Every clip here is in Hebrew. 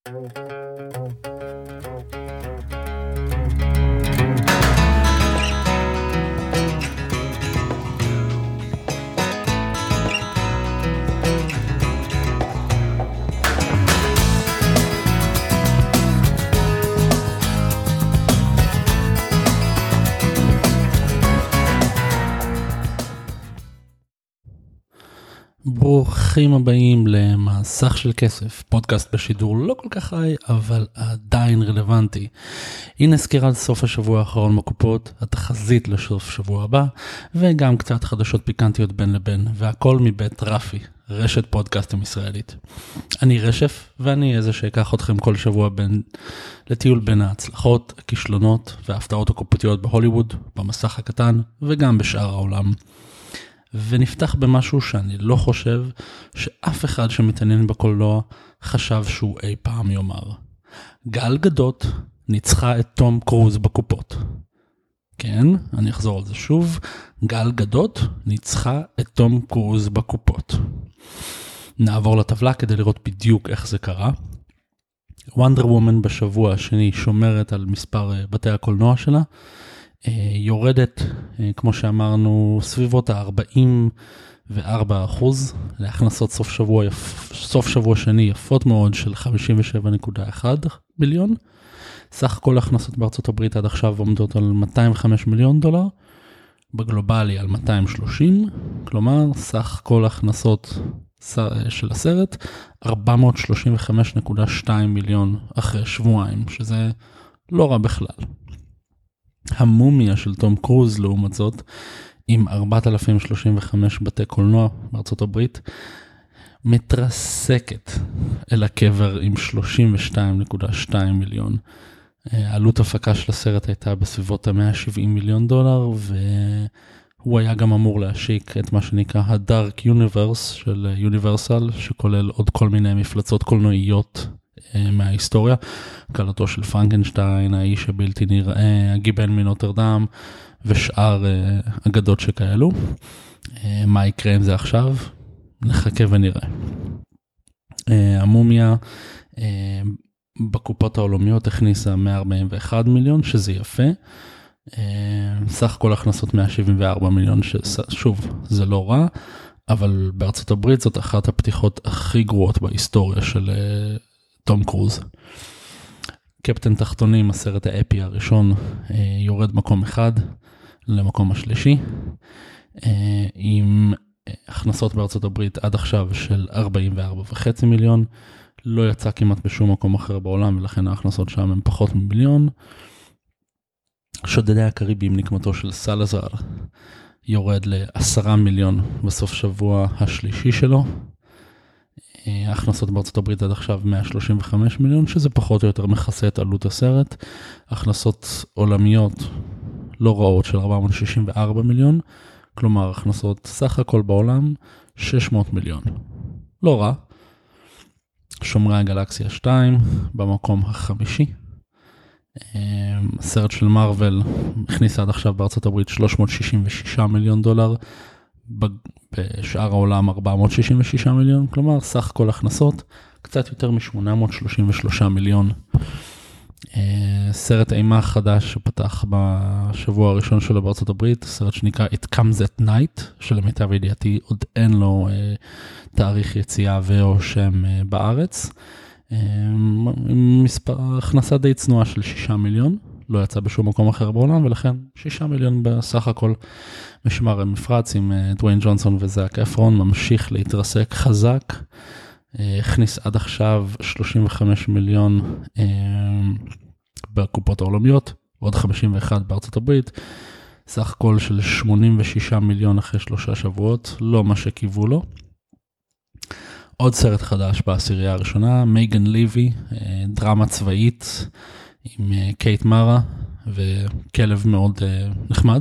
ברוכים הבאים למסך של כסף, פודקאסט בשידור לא כל כך חי, אבל עדיין רלוונטי. הנה סקירה על סוף השבוע האחרון בקופות, התחזית לסוף שבוע הבא, וגם קצת חדשות פיקנטיות בין לבין, והכל מבית רפי, רשת פודקאסטים ישראלית. אני רשף, ואני איזה שיקח אתכם כל שבוע לטיול בין ההצלחות, הכישלונות וההפתעות הקופתיות בהוליווד, במסך הקטן, וגם בשאר העולם. ונפתח במשהו שאני לא חושב שאף אחד שמתעניין בקולנוע חשב שהוא אי פעם יאמר. גל גדות ניצחה את תום קרוז בקופות. כן, אני אחזור על זה שוב. גל גדות ניצחה את תום קרוז בקופות. נעבור לטבלה כדי לראות בדיוק איך זה קרה. וונדר וומן בשבוע השני שומרת על מספר בתי הקולנוע שלה. יורדת, כמו שאמרנו, סביבות ה-44% להכנסות סוף שבוע שני יפות מאוד של 57.1 מיליון. סך כל הכנסות בארצות הברית עד עכשיו עומדות על $205 מיליון, בגלובלי על 230, כלומר סך כל הכנסות של הסרט 435.2 מיליון אחרי שבועיים, שזה לא רע בכלל. המומיה של תום קרוז לעומת זאת, עם 4,035 בתי קולנוע בארצות הברית, מתרסקת אל הקבר עם 32.2 מיליון. עלות הפקה של הסרט הייתה בסביבות $170 מיליון, והוא היה גם אמור להשיק את מה שנקרא ה-Dark Universe של יוניברסל, שכולל עוד כל מיני מפלצות קולנועיות מההיסטוריה, קלטו של פרנקנשטיין, האיש הבלתי נראה, הגיבן מנוטרדם ושאר אגדות שכאלו. מה יקרה עם זה עכשיו? נחכה ונראה. המומיה בקופות העולמיות הכניסה 141 מיליון, שזה יפה. סך כל הכנסות 174 מיליון, ששוב, זה לא רע, אבל בארצות הברית זאת אחת הפתיחות הכי גרועות בהיסטוריה של תום קרוז. קפטן תחתונים, הסרט האפי הראשון, יורד מקום אחד למקום השלישי, עם הכנסות בארצות הברית עד עכשיו של 44.5 מיליון, לא יצא כמעט בשום מקום אחר בעולם, ולכן ההכנסות שם הן פחות ממיליון. שודדי הקריבים, נקמתו של סלזר, יורד ל10 מיליון בסוף שבוע השלישי שלו. ההכנסות בארצות הברית עד עכשיו 135 מיליון, שזה פחות או יותר מכסה את עלות הסרט. הכנסות עולמיות לא רעות של 464 מיליון, כלומר הכנסות סך הכל בעולם 600 מיליון. לא רע. שומרי הגלקסיה 2 במקום החמישי. הסרט של מארוול הכניס עד עכשיו בארצות הברית $366 מיליון, בשאר העולם 466 מיליון, כלומר סך כל הכנסות קצת יותר מ-833 מיליון. סרט אימה חדש שפתח בשבוע הראשון שלו בארצות הברית, סרט שנקרא It Comes at Night, שלמיטב ידיעתי עוד אין לו תאריך יציאה ואו שם בארץ. מספר הכנסה די צנועה של 6 מיליון, לא יצא בשום מקום אחר בעולם, ולכן 6 מיליון בסך הכל. משמר המפרץ עם דוויין ג'ונסון וזאק אפרון ממשיך להתרסק חזק, הכניס עד עכשיו 35 מיליון בקופות העולמיות, ועוד 51 בארצות הברית, סך הכל של 86 מיליון אחרי 3 שבועות, לא מה שקיוו לו. עוד סרט חדש בעשירייה הראשונה, מייגן ליבי, דרמה צבאית עם קייט מארה וכלב מאוד נחמד.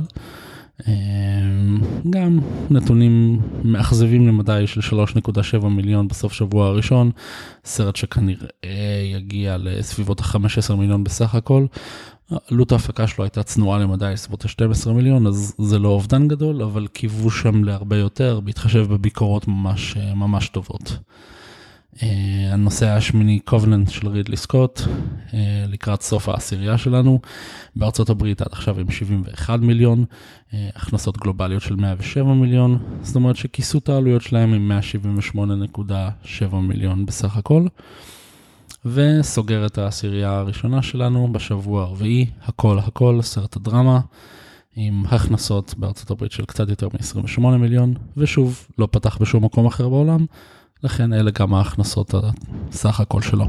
גם נתונים מאכזבים למדי של 3.7 מיליון בסוף שבוע הראשון, סרט שכנראה יגיע לסביבות ה-15 מיליון בסך הכל. עלות ההפקה שלו הייתה צנועה למדי סביבות ה-12 מיליון, אז זה לא אובדן גדול, אבל קיוו שם להרבה יותר, בהתחשב בביקורות ממש טובות. הנושא השמיני קובננט של רידלי סקוט, לקראת סוף העשירייה שלנו, בארצות הברית עד עכשיו עם 71 מיליון, הכנסות גלובליות של 107 מיליון, זאת אומרת שכיסו את העלויות שלהם עם 178.7 מיליון בסך הכל, וסוגר את העשירייה הראשונה שלנו בשבוע הרביעי, הכל, סרט הדרמה, עם הכנסות בארצות הברית של קצת יותר מ-28 מיליון, ושוב, לא פתח בשום מקום אחר בעולם, לכן אלה גם ההכנסות הסך הכל שלו.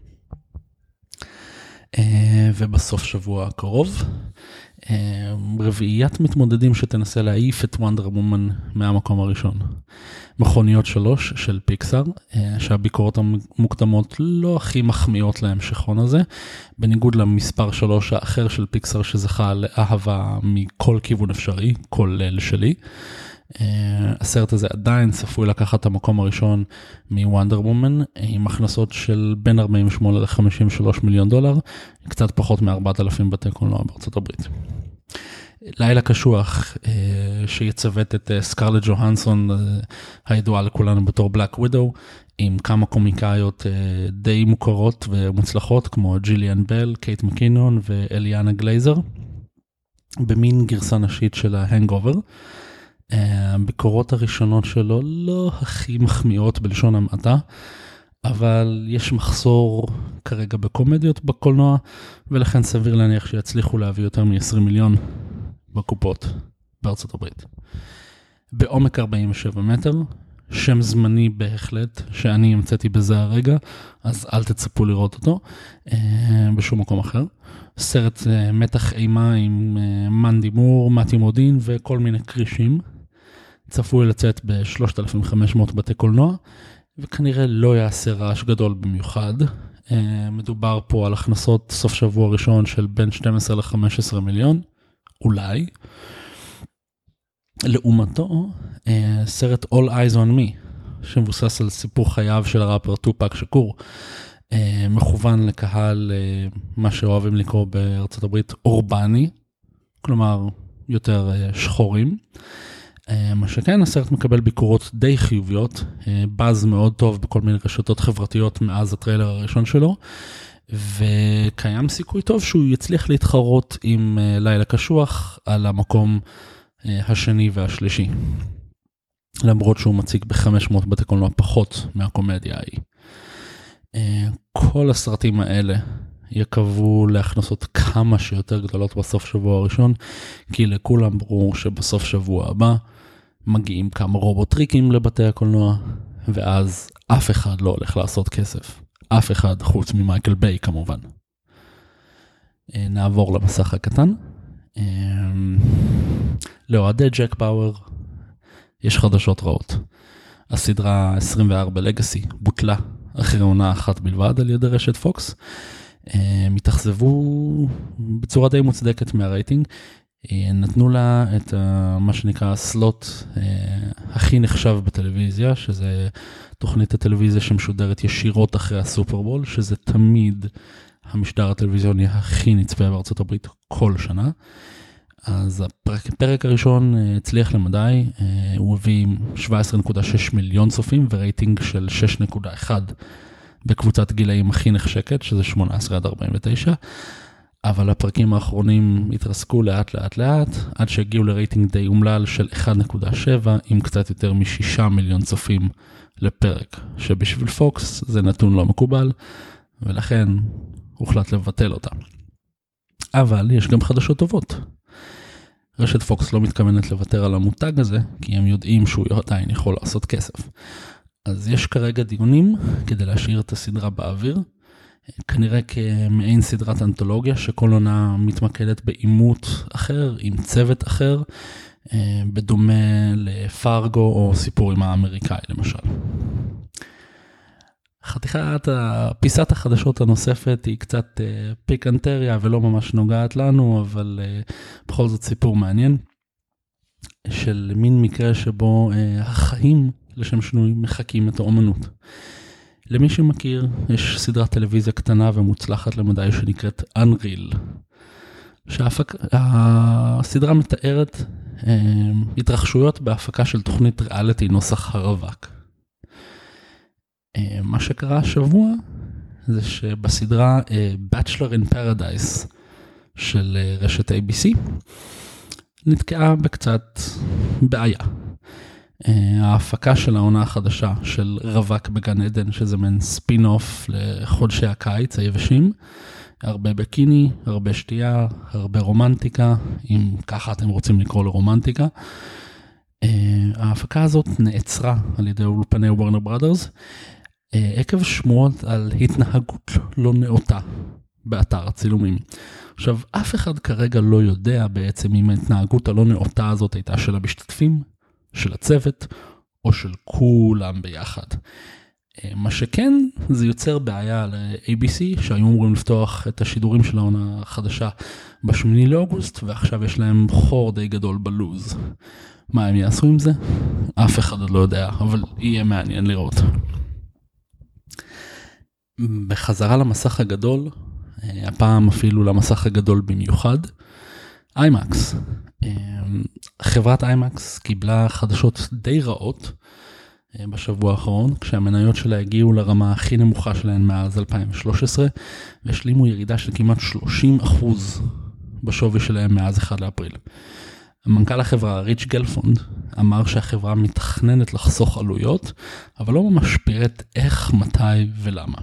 ובסוף שבוע הקרוב, רביעיית מתמודדים שתנסה להעיף את וונדר וומן מהמקום הראשון. מכוניות 3 של פיקסאר, שהביקורות המוקדמות לא הכי מחמיאות להמשכון הזה, בניגוד למספר 3 האחר של פיקסאר שזכה לאהבה מכל כיוון אפשרי, כולל שלי. הסרט הזה עדיין צפוי לקחת את המקום הראשון מוונדר וומן, עם הכנסות של בין 48 ל-53 מיליון דולר, קצת פחות מ-4,000 בתי קולנוע בארצות הברית. לילה קשוח שיצוות את סקרלט ג'והנסון, הידועה לכולנו בתור בלק ווידו, עם כמה קומיקאיות די מוכרות ומוצלחות, כמו ג'יליאן בל, קייט מקינון ואליאנה גלייזר, במין גרסה נשית של ההנגובר. הביקורות הראשונות שלו לא הכי מחמיאות בלשון המעטה, אבל יש מחסור כרגע בקומדיות בקולנוע, ולכן סביר להניח שיצליחו להביא יותר מ-20 מיליון בקופות בארצות הברית. בעומק 47 מטר, שם זמני בהחלט, שאני המצאתי בזה הרגע, אז אל תצפו לראות אותו בשום מקום אחר. סרט מתח אימה עם מנדי מור, מתי מודין וכל מיני קרישים, צפוי לצאת ב-3,500 בתי קולנוע, וכנראה לא יעשה רעש גדול במיוחד. מדובר פה על הכנסות סוף שבוע ראשון של בין 12 ל-15 מיליון, אולי. לעומתו, סרט All Eyes on Me, שמבוסס על סיפור חייו של הראפר טופק שקור, מכוון לקהל, מה שאוהבים לקרוא בארצות הברית, אורבני, כלומר יותר שחורים. מה שכן, הסרט מקבל ביקורות די חיוביות, באז מאוד טוב בכל מיני רשתות חברתיות מאז הטריילר הראשון שלו, וקיים סיכוי טוב שהוא יצליח להתחרות עם לילה קשוח על המקום השני והשלישי, למרות שהוא מציג ב-500 בתי קולנוע פחות מהקומדיה ההיא. כל הסרטים האלה יקוו להכנסות כמה שיותר גדולות בסוף שבוע הראשון, כי לכולם ברור שבסוף שבוע הבא מגיעים כמה רובוטריקים לבתי הקולנוע, ואז אף אחד לא הולך לעשות כסף. אף אחד חוץ ממייקל ביי כמובן. נעבור למסך הקטן. לאוהדי ג'ק באואר יש חדשות רעות. הסדרה 24 לגאסי בוטלה אחרי עונה אחת בלבד על ידי רשת פוקס. מתאכזבו בצורה די מוצדקת מהרייטינג. נתנו לה את מה שנקרא הסלוט הכי נחשב בטלוויזיה, שזה תוכנית הטלוויזיה שמשודרת ישירות אחרי הסופרבול, שזה תמיד המשדר הטלוויזיוני הכי נצפה בארצות הברית כל שנה. אז הפרק הראשון הצליח למדי, הוא הביא 17.6 מיליון צופים ורייטינג של 6.1 בקבוצת גילאים הכי נחשקת, שזה 18 עד 49, אבל הפרקים האחרונים התרסקו לאט, עד שהגיעו לרייטינג די אומלל של 1.7 עם קצת יותר מ6 מיליון צופים לפרק, שבשביל פוקס זה נתון לא מקובל, ולכן הוחלט לבטל אותה. אבל יש גם חדשות טובות. רשת פוקס לא מתכוונת לוותר על המותג הזה, כי הם יודעים שהוא עדיין יכול לעשות כסף. אז יש כרגע דיונים כדי להשאיר את הסדרה באוויר, כנראה כמעין סדרת אנתולוגיה, שכל עונה מתמקדת באימות אחר, עם צוות אחר, בדומה לפארגו או סיפורים האמריקאי למשל. פיסת החדשות הנוספת היא קצת פיקנטריה ולא ממש נוגעת לנו, אבל בכל זאת סיפור מעניין, של מין מקרה שבו החיים לשם שינוי מחקים את האומנות. למי שמכיר, יש סדרת טלוויזיה קטנה ומוצלחת למדי שנקראת Unreal, שהסדרה מתארת התרחשויות בהפקה של תוכנית ריאליטי נוסח הרווק. מה שקרה השבוע זה שבסדרה Bachelor in Paradise של רשת ABC נתקעה בקצת בעיה. ההפקה של העונה החדשה של רווק בגן עדן, שזה מן ספין-אוף לחודשי הקיץ היבשים, הרבה בקיני, הרבה שתייה, הרבה רומנטיקה, אם ככה אתם רוצים לקרוא לרומנטיקה. ההפקה הזאת נעצרה על ידי אולפני וורנר בראדרס, עקב שמועות על התנהגות לא נאותה באתר הצילומים. עכשיו, אף אחד כרגע לא יודע בעצם אם ההתנהגות הלא נאותה הזאת הייתה של המשתתפים, של הצוות, או של כולם ביחד. מה שכן, זה יוצר בעיה ל-ABC, שהיו אמורים לפתוח את השידורים של העונה החדשה ב8 לאוגוסט, ועכשיו יש להם חור די גדול בלוז. מה הם יעשו עם זה? אף אחד עוד לא יודע, אבל יהיה מעניין לראות. בחזרה למסך הגדול, הפעם אפילו למסך הגדול במיוחד, IMAX. חברת IMAX קיבלה חדשות די רעות בשבוע האחרון, כשהמניות שלה הגיעו לרמה הכי נמוכה שלהן מאז 2013, והשלימו ירידה של כמעט 30% בשווי שלהם מאז 1 לאפריל. המנכ"ל החברה, ריץ' גלפונד, אמר שהחברה מתכננת לחסוך עלויות, אבל לא ממש פירט איך, מתי ולמה.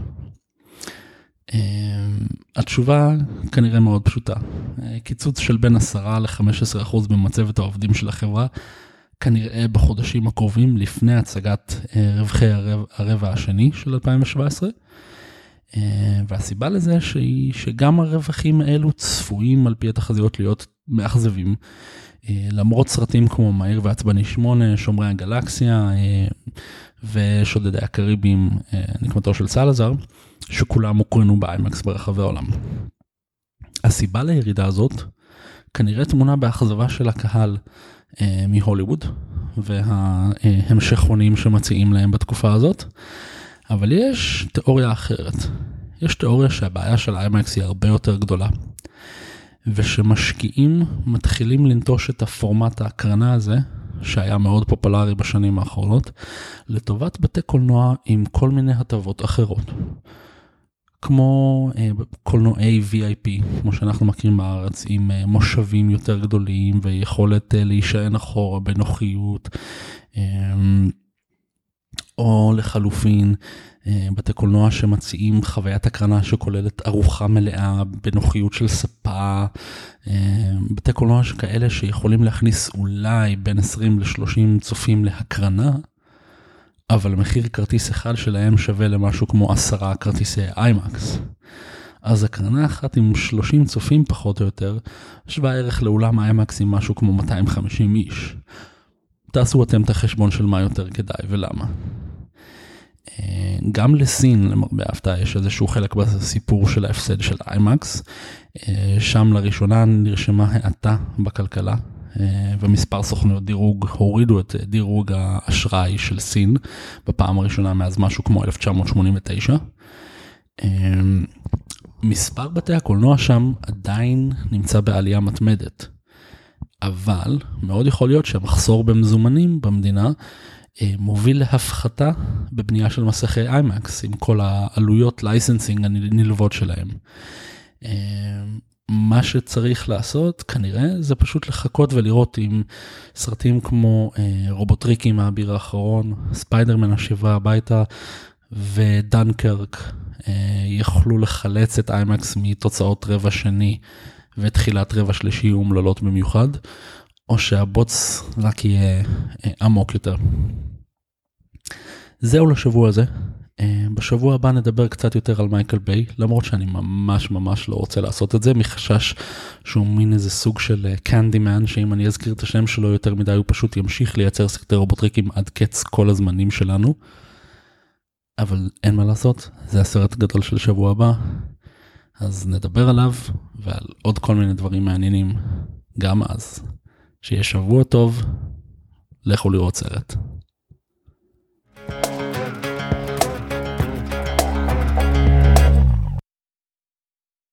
התשובה כנראה מאוד פשוטה. קיצוץ של בין 10-15% במצבת העובדים של החברה, כנראה בחודשים הקרובים לפני הצגת רווחי הרבע השני של 2017. והסיבה לזה שגם הרווחים האלו צפויים על פי התחזיות להיות מאכזבים. למרות סרטים כמו מהיר ועצבני 8, שומרי הגלקסיה ושודדי הקריבים, נקמתו של סלזר, שכולם הוקרנו באיימקס ברחבי העולם. הסיבה לירידה הזאת כנראה תמונה באכזבה של הקהל מהוליווד וההמשכונים שמציעים להם בתקופה הזאת, אבל יש תיאוריה אחרת. יש תיאוריה שהבעיה של האיימקס היא הרבה יותר גדולה, ושמשקיעים מתחילים לנטוש את הפורמט ההקרנה הזה, שהיה מאוד פופולרי בשנים האחרונות, לטובת בתי קולנוע עם כל מיני הטבות אחרות. כמו קולנועי VIP, כמו שאנחנו מכירים בארץ, עם מושבים יותר גדולים ויכולת להישען אחורה בנוחיות, או לחלופין, בתי קולנוע שמציעים חוויית הקרנה שכוללת ארוחה מלאה בנוחיות של ספה, בתי קולנוע שכאלה שיכולים להכניס אולי בין 20-30 צופים להקרנה, אבל מחיר כרטיס אחד שלהם שווה למשהו כמו 10 כרטיסי איימקס. אז הקרנה אחת עם 30 צופים פחות או יותר, שווה ערך לאולם איימקס עם משהו כמו 250 איש. תעשו אתם את החשבון של מה יותר כדאי ולמה. גם לסין, למרבה ההפתעה, יש איזשהו חלק בסיפור של ההפסד של איימקס. שם לראשונה נרשמה האטה בכלכלה, ומספר סוכנויות דירוג הורידו את דירוג האשראי של סין, בפעם הראשונה מאז משהו כמו 1989. מספר בתי הקולנוע שם עדיין נמצא בעלייה מתמדת, אבל מאוד יכול להיות שהמחסור במזומנים במדינה מוביל להפחתה בבנייה של מסכי איימקס, עם כל העלויות לייסנסינג הנלוות שלהם. מה שצריך לעשות כנראה זה פשוט לחכות ולראות אם סרטים כמו רובוטריקי מהאביר האחרון, ספיידרמן השיבה הביתה ודנקרק יכלו לחלץ את איימקס מתוצאות רבע שני ותחילת רבע שלישי אומללות במיוחד, או שהבוץ רק יהיה עמוק יותר. זהו לשבוע הזה. בשבוע הבא נדבר קצת יותר על מייקל ביי, למרות שאני ממש לא רוצה לעשות את זה, מחשש שהוא מין איזה סוג של קנדימן, שאם אני אזכיר את השם שלו יותר מדי, הוא פשוט ימשיך לייצר סרטי רובוטריקים עד קץ כל הזמנים שלנו. אבל אין מה לעשות, זה הסרט הגדול של שבוע הבא, אז נדבר עליו ועל עוד כל מיני דברים מעניינים גם אז. שיהיה שבוע טוב, לכו לראות סרט.